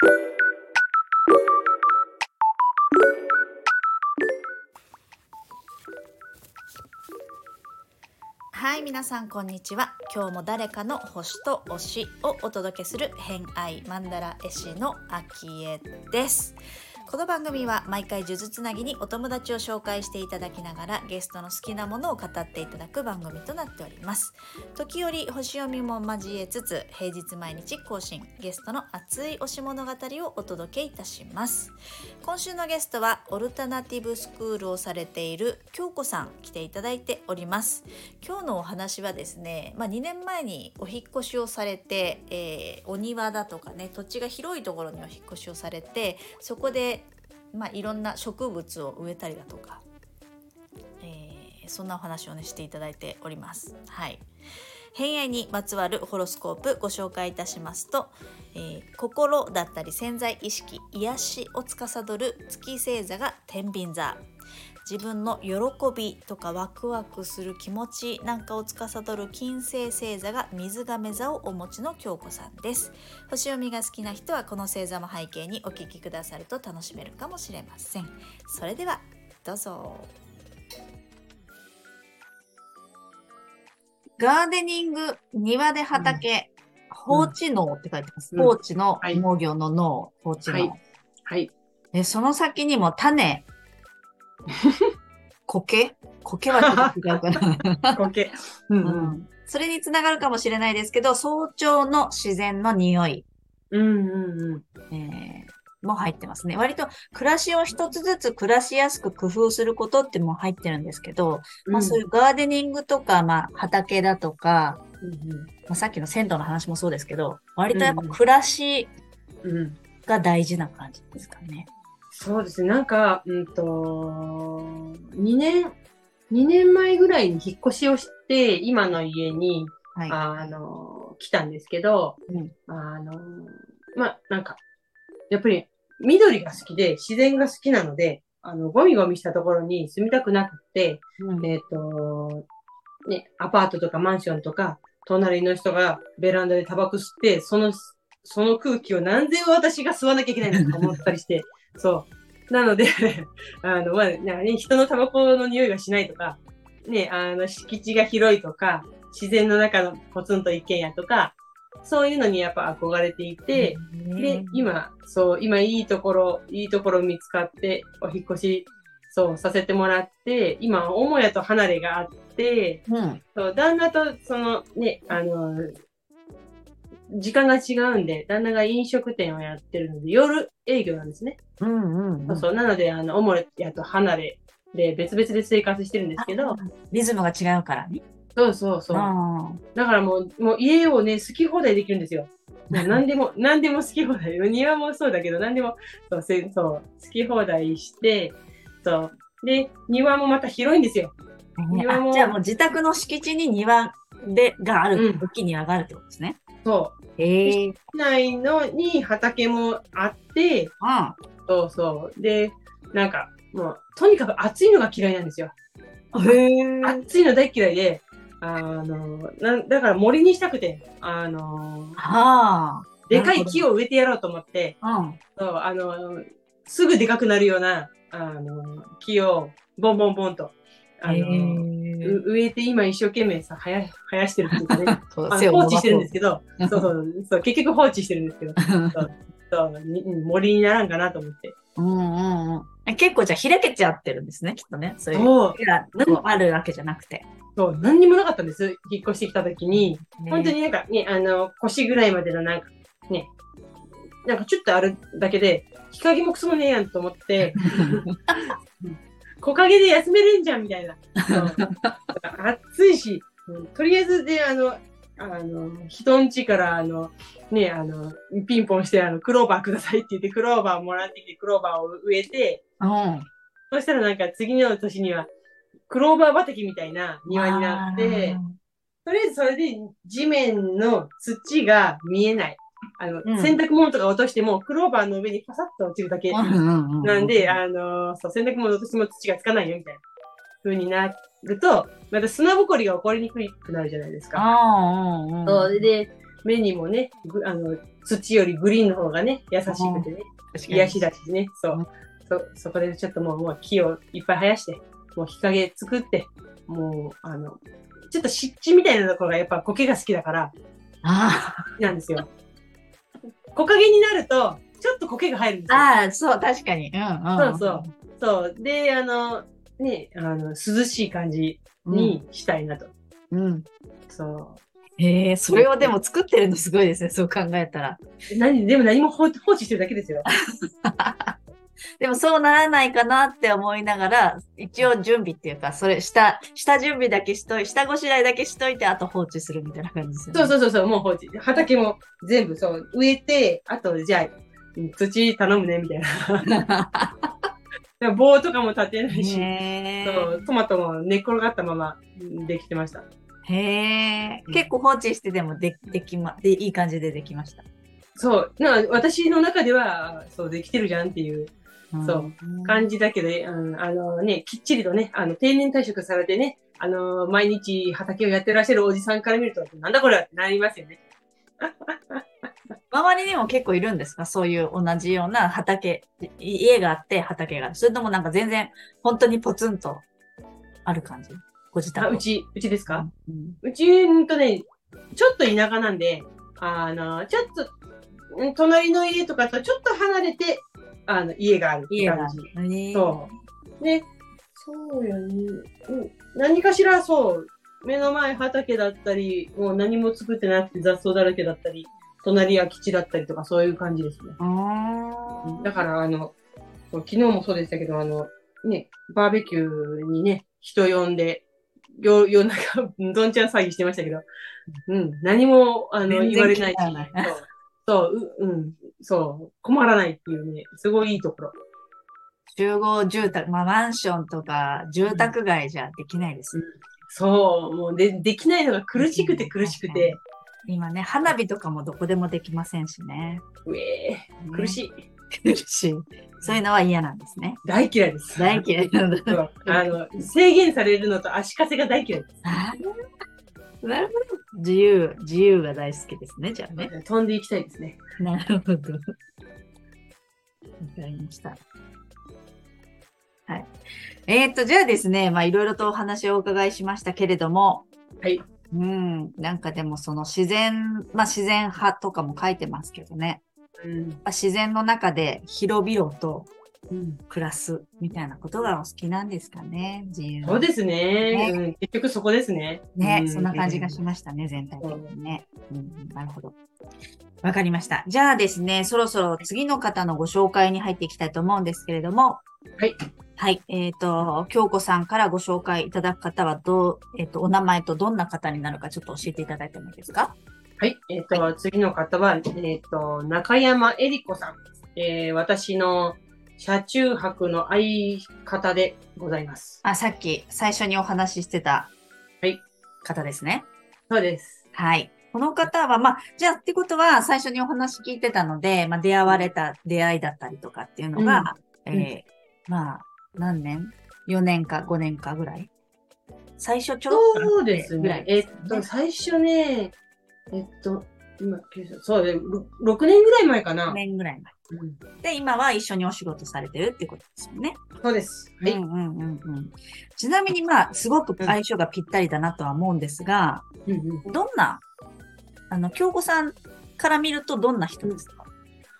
はい、皆さんこんにちは。今日も誰かの星と推しをお届けする偏愛マンダラ絵師のあきえです。この番組は毎回数珠つなぎにお友達を紹介していただきながらゲストの好きなものを語っていただく番組となっております。時折星読みも交えつつ平日毎日更新、ゲストの熱い推し物語をお届けいたします。今週のゲストはオルタナティブスクールをされている京子さん来ていただいております。今日のお話はですね、2年前にお引越しをされて、お庭だとかね、土地が広いところにお引越しをされて、そこでいろんな植物を植えたりだとか、そんなお話をねしていただいております。はい。偏愛にまつわるホロスコープご紹介いたしますと、心だったり潜在意識、癒しを司る月星座が天秤座、自分の喜びとかワクワクする気持ちなんかを司る金星星座が水亀座をお持ちの京子さんです。星読みが好きな人はこの星座も背景にお聞きくださると楽しめるかもしれません。それではどうぞ。ガーデニング、庭で畑、放置農って書いてます。放置の農業の農、放置農。 はい。 で、その先にも種、苔はちょっと違うかな。 苔。 それにつながるかもしれないですけど、早朝の自然の匂い、も入ってますね。割と暮らしを一つずつ暮らしやすく工夫することっても入ってるんですけど、そういうガーデニングとか、畑だとか、さっきの銭湯の話もそうですけど、割とやっぱ暮らしが大事な感じですかね。 そうですね。なんか、2年前ぐらいに引っ越しをして、今の家に、来たんですけど、なんか、やっぱり緑が好きで、自然が好きなので、ゴミゴミしたところに住みたくなくて、アパートとかマンションとか、隣の人がベランダでタバコ吸って、その空気をなんで私が吸わなきゃいけないのか思ったりして、そう。なので人のタバコの匂いがしないとか、敷地が広いとか、自然の中のポツンと一軒家とか、そういうのにやっぱ憧れていて、で、今いいところ見つかって、お引越し、させてもらって、今、母屋と離れがあって、旦那と、時間が違うんで、旦那が飲食店をやってるので、夜営業なんですね。なので、母屋と離れで別々で生活してるんですけど。 リズムが違うからね。 そう。だからもう家をね、好き放題できるんですよ。何でも好き放題。庭もそうだけど、何でも、好き放題して、で、庭もまた広いんですよ。 じゃあもう自宅の敷地に庭がある、大きい庭があるってことですね。 そう。市内のに畑もあって、で、なんか、もう、とにかく暑いのが嫌いなんですよ。暑いの大嫌いで、だから森にしたくて、でかい木を植えてやろうと思って、すぐでかくなるような、木をボンボンボンと、植えて今一生懸命生やしてるっていうかね、放置してるんですけど、結局放置してるんですけど、森にならんかなと思って。 結構じゃあ開けちゃってるんですね、きっとね。そういうのがあるわけじゃなくて。 何にもなかったんです。引っ越してきた時に、本当になんかね、腰ぐらいまでのなんかね、なんかちょっとあるだけで、日陰もクソもねえやんと思って、木陰で休めるんじゃんみたいな。暑いし、とりあえずで、人ん家からピンポンしてクローバーくださいって言って、クローバーもらってきて、クローバーを植えて、そしたらなんか次の年には、クローバー畑みたいな庭になって、とりあえずそれで地面の土が見えない。洗濯物とか落としても、クローバーの上にパサッと落ちるだけ。なんで、洗濯物落としても土がつかないよみたいな風になると、また砂ぼこりが起こりにくくなるじゃないですか。で、目にもね、 土よりグリーンの方がね、優しくてね、 確かに癒しだしね、そこでちょっともう木をいっぱい生やして、もう日陰作って、もう、ちょっと湿地みたいなところがやっぱ苔が好きだから、 あなんですよ。木陰になると、ちょっと苔が入るんですよ。 あ、そう、確かに。 そうそう。そう。で、ね、涼しい感じにしたいなと。 うん。 そう。 へえ、それをでも作ってるのすごいですね、そう考えたら。 でも何も放置してるだけですよ。 でもそうならないかなって思いながら、一応準備っていうか、それ、下準備だけ下ごしらえだけしといて、あと放置するみたいな感じですよね。 そう、もう放置。畑も全部そう、植えて、あと、じゃあ、土頼むね、みたいな。棒とかも立てないし、そうトマトも寝っ転がったままできてました。 へえ、結構放置してでもいい感じでできました。 そう、私の中では、そう、できてるじゃんっていう、そう、感じだけど、きっちりとね、定年退職されてね、毎日畑をやってらっしゃるおじさんから見ると、なんだこれはってなりますよね。 周りにも結構いるんですか？そういう同じような家があって畑がある。それともなんか全然本当にポツンとある感じ？ご自宅。 うちですか？ うん、 うちとね、ちょっと田舎なんで、ちょっと、隣の家とかとちょっと離れて、家があるって感じ。そう。で、そうよね。何かしらそう、目の前畑だったり、もう何も作ってなくて雑草だらけだったり、隣空き地だったりとかそういう感じですね。だから昨日もそうでしたけど、ね、バーベキューにね、人呼んで、夜中、どんちゃん騒ぎしてましたけど、何も、言われないし、そう、困らないっていうね、すごいいいところ。 集合住宅、マンションとか住宅街じゃできないです。 そう、もうできないのが苦しくて。 今ね、花火とかもどこでもできませんしね。 苦しい。 苦しい。そういうのは嫌なんですね。 大嫌いです。 大嫌いなんだ。 制限されるのと足かせが大嫌いです。 なるほど。自由が大好きですね、じゃあね。 飛んでいきたいですね。 なるほど。わかりました。はい。じゃあですね、いろいろとお話をお伺いしましたけれども、 はい。 なんかでもその自然派とかも書いてますけどね。自然の中で広々と暮らすみたいなことがお好きなんですかね、自由。 そうですね。結局そこですね。 ね、そんな感じがしましたね、全体的にね。なるほど。わかりました。じゃあですね、そろそろ次の方のご紹介に入っていきたいと思うんですけれども。 はい。 はい。京子さんからご紹介いただく方はお名前とどんな方になるかちょっと教えていただいてもいいですか？ はい。次の方は、中山恵里子さん。私の車中泊の相方でございます。 さっき最初にお話ししてた方ですね。 そうです。 はい。この方は、じゃあってことは最初にお話聞いてたので、出会われた出会いだったりとかっていうのが、何年 ?4 年か5年かぐらい最初ちょろっとそうですね。最初ね、今、そうで、6年ぐらい前かな。 6年ぐらい前。で、今は一緒にお仕事されてるってことですよね。 そうです。はい。 ちなみに、すごく相性がぴったりだなとは思うんですが、どんな、京子さんから見るとどんな人ですか？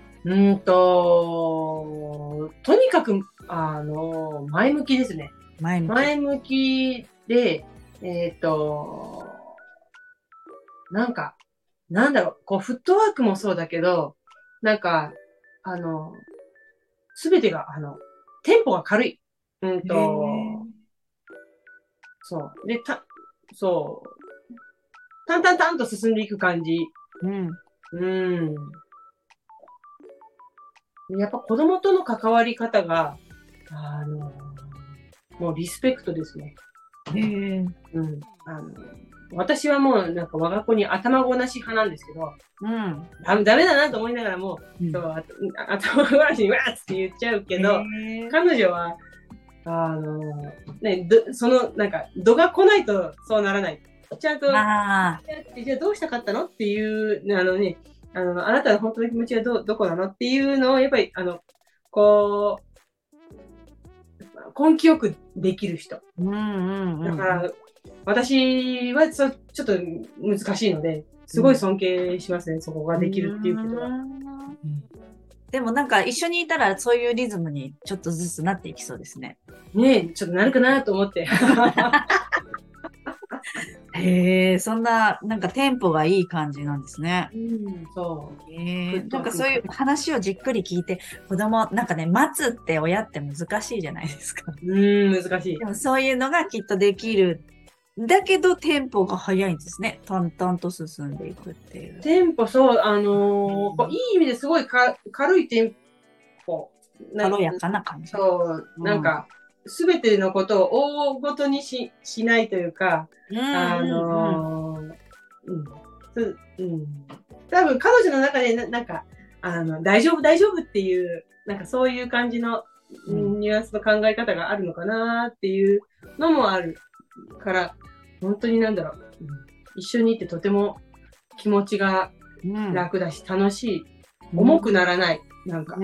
とにかく、前向きですね。前向きで、なんだろう、フットワークもそうだけど、すべてが、テンポが軽い。そう。で、そう。淡々と進んでいく感じ。やっぱ子供との関わり方が、もうリスペクトですね。私はもう我が子に頭ごなし派なんですけど、ダメだなと思いながらも、頭ごなしにわーって言っちゃうけど、彼女は、度が来ないとそうならない。ちゃんと、じゃあどうしたかったのっていう、 あなたの本当の気持ちはどこなのっていうのを、やっぱり、こ根気よくできる人。だから、私はちょっと難しいので、すごい尊敬しますね、そこができるっていうことは。 でもなんか一緒にいたらそういうリズムにちょっとずつなっていきそうですね。 ねえ、ちょっとなるかなと思って。 へえ、そんな、なんかテンポがいい感じなんですね。 そう。 なんかそういう話をじっくり聞いて、子供、なんかね、待つって親って難しいじゃないですか。 難しい。 でもそういうのがきっとできる。だけどテンポが速いんですね。淡々と進んでいくっていう。 テンポ、そう、いい意味ですごい軽いテンポ。 軽やかな感じ。 そう、なんか、すべてのことを大ごとにしないというか、多分彼女の中でなんか、大丈夫っていう、なんかそういう感じのニュアンスの考え方があるのかなっていうのもあるから、本当になんだろう、一緒にいてとても気持ちが楽だし、楽しい、重くならない、なんか。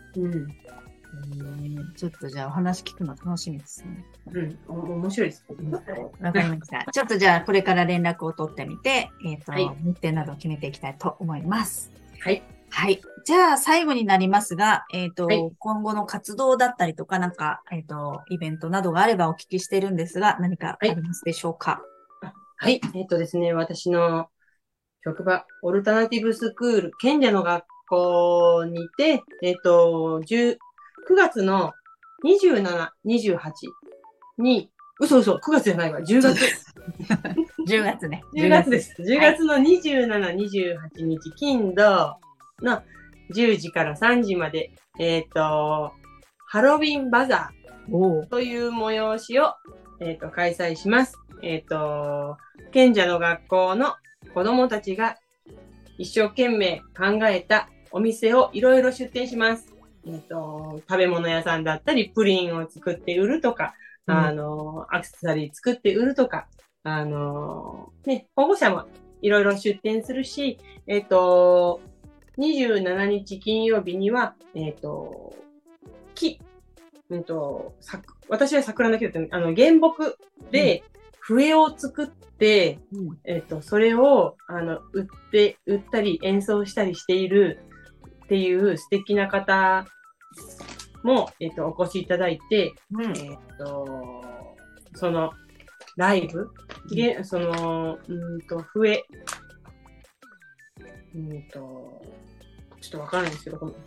ちょっとじゃあお話聞くの楽しみですね。 面白いです。 わかりました。ちょっとじゃあこれから連絡を取ってみて、日程などを決めていきたいと思います。 はい。 はい。じゃあ最後になりますが、今後の活動だったりとか、なんか、イベントなどがあればお聞きしてるんですが、何かありますでしょうか？ はい。ですね、私の職場、オルタナティブスクール、賢者の学校にて、9月の27、28に、嘘、9月じゃないわ、10月。 10月ね。 10月です。10月の27、28日、金土の10時から3時まで、ハロウィンバザーという催しを、開催します。賢者の学校の子供たちが一生懸命考えたお店をいろいろ出店します。食べ物屋さんだったり、プリンを作って売るとか、アクセサリー作って売るとか、保護者もいろいろ出店するし、27日金曜日には、私は桜の木だった原木で笛を作って、それを、売ったり演奏したりしているっていう素敵な方も、お越しいただいて、その、ライブ、その、笛、ちょっとわからないんですけど、この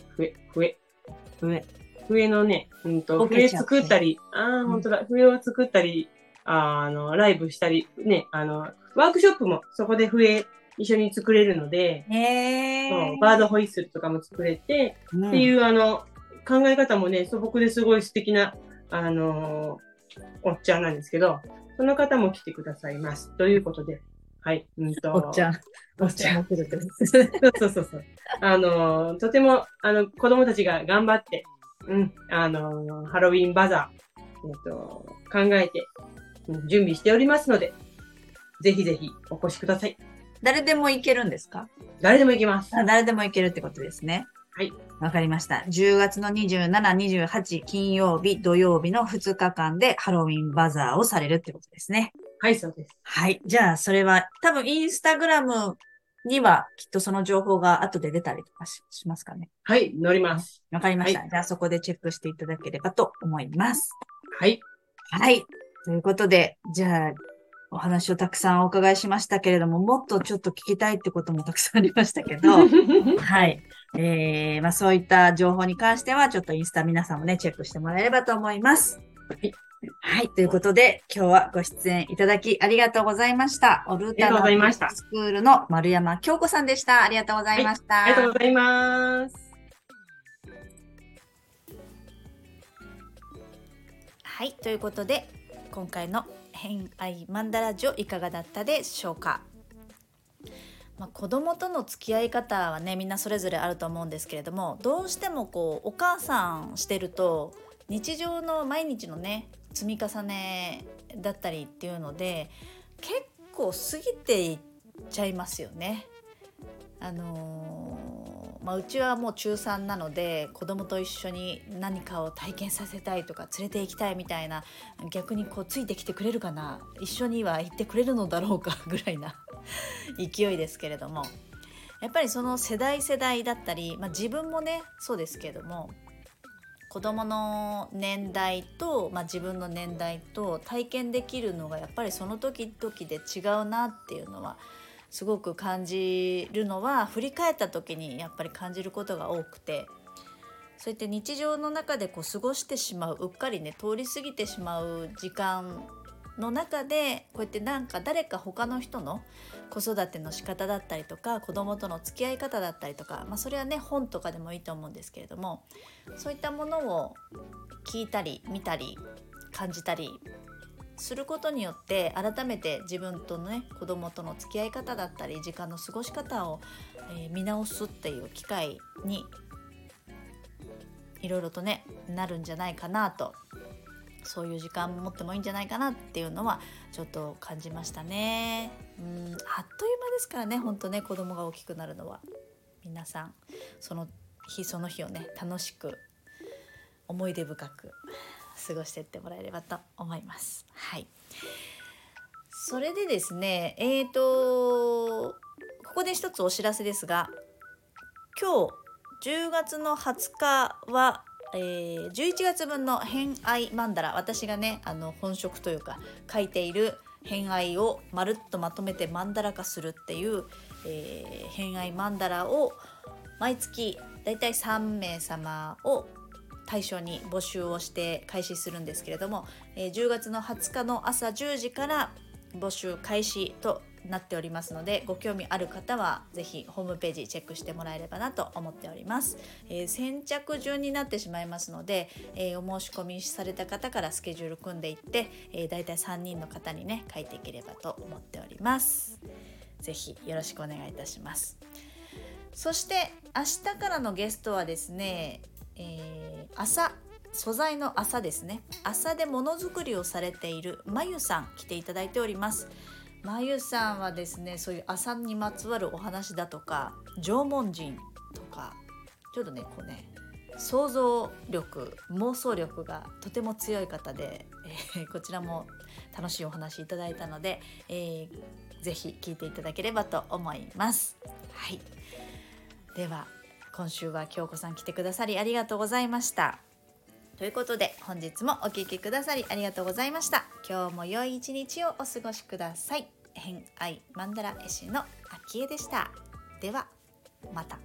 笛のね、笛作ったり、本当だ、笛を作ったり、ライブしたり、ね、ワークショップもそこで笛一緒に作れるので、バードホイッスルとかも作れて、っていう考え方もね、素朴ですごい素敵な、おっちゃんなんですけど、その方も来てくださいます。ということで、はい。 おっちゃん。 おっちゃん。そう。とても、子供たちが頑張って、ハロウィンバザー、考えて、準備しておりますので、ぜひぜひお越しください。 誰でも行けるんですか？ 誰でも行けます。 誰でも行けるってことですね。 はい。 わかりました。10月の27、28金曜日、土曜日の2日間でハロウィンバザーをされるってことですね。 はい、そうです。 はい。じゃあ、それは多分インスタグラムにはきっとその情報が後で出たりとかしますかね。 はい、載ります。 わかりました。じゃあ、そこでチェックしていただければと思います。 はい。 はい。ということで、じゃあ、お話をたくさんお伺いしましたけれども、もっとちょっと聞きたいってこともたくさんありましたけど、はい。そういった情報に関しては、ちょっとインスタ皆さんもね、チェックしてもらえればと思います。はい。ということで、今日はご出演いただきありがとうございました。オルタナティブスクールの丸山京子さんでした。ありがとうございました。 ありがとうございます。 はい。ということで、今回の偏愛マンダラジオいかがだったでしょうか？子供との付き合い方はね、みんなそれぞれあると思うんですけれども、どうしてもお母さんしてると日常の毎日のね積み重ねだったりっていうので結構過ぎていっちゃいますよね。 うちはもう中3なので子供と一緒に何かを体験させたいとか連れて行きたいみたいな、逆にこうついてきてくれるかな、一緒には行ってくれるのだろうかぐらいな勢いですけれども、やっぱりその世代だったり、自分もねそうですけれども、子供の年代と、自分の年代と体験できるのがやっぱりその時々で違うなっていうのはすごく感じるのは、振り返った時にやっぱり感じることが多くて、そうやって日常の中でこう過ごしてしまう、うっかりね通り過ぎてしまう時間の中で、こうやってなんか誰か他の人の子育ての仕方だったりとか、子供との付き合い方だったりとか、それはね本とかでもいいと思うんですけれども、そういったものを聞いたり見たり感じたりすることによって、改めて自分とね子供との付き合い方だったり時間の過ごし方を、見直すっていう機会にいろいろとねなるんじゃないかなと、そういう時間持ってもいいんじゃないかなっていうのはちょっと感じましたね。あっという間ですからね、本当ね、子供が大きくなるのは。皆さんその日をね楽しく思い出深く過ごしていってもらえればと思います。はい。それでですね、ここで一つお知らせですが、今日10月の20日は11月分の偏愛マンダラ、私がね本職というか書いている偏愛をまるっとまとめてマンダラ化するっていう、偏愛マンダラを毎月だいたい3名様を対象に募集をして開始するんですけれども、10月の20日の朝10時から募集開始となっておりますので、ご興味ある方はぜひホームページチェックしてもらえればなと思っております。先着順になってしまいますので、お申し込みされた方からスケジュール組んでいって、だいたい3人の方にね書いていければと思っております。ぜひよろしくお願いいたします。そして明日からのゲストはですね、素材の麻ですね、麻でものづくりをされているまゆさん来ていただいております。まゆさんはですね、そういう麻にまつわるお話だとか縄文人とか、ちょっとねこうね想像力妄想力がとても強い方で、こちらも楽しいお話いただいたので、ぜひ聞いていただければと思います。はい、では今週は京子さん来てくださりありがとうございました。ということで本日もお聞きくださりありがとうございました。今日も良い一日をお過ごしください。偏愛マンダラ絵師のあきえでした。ではまた。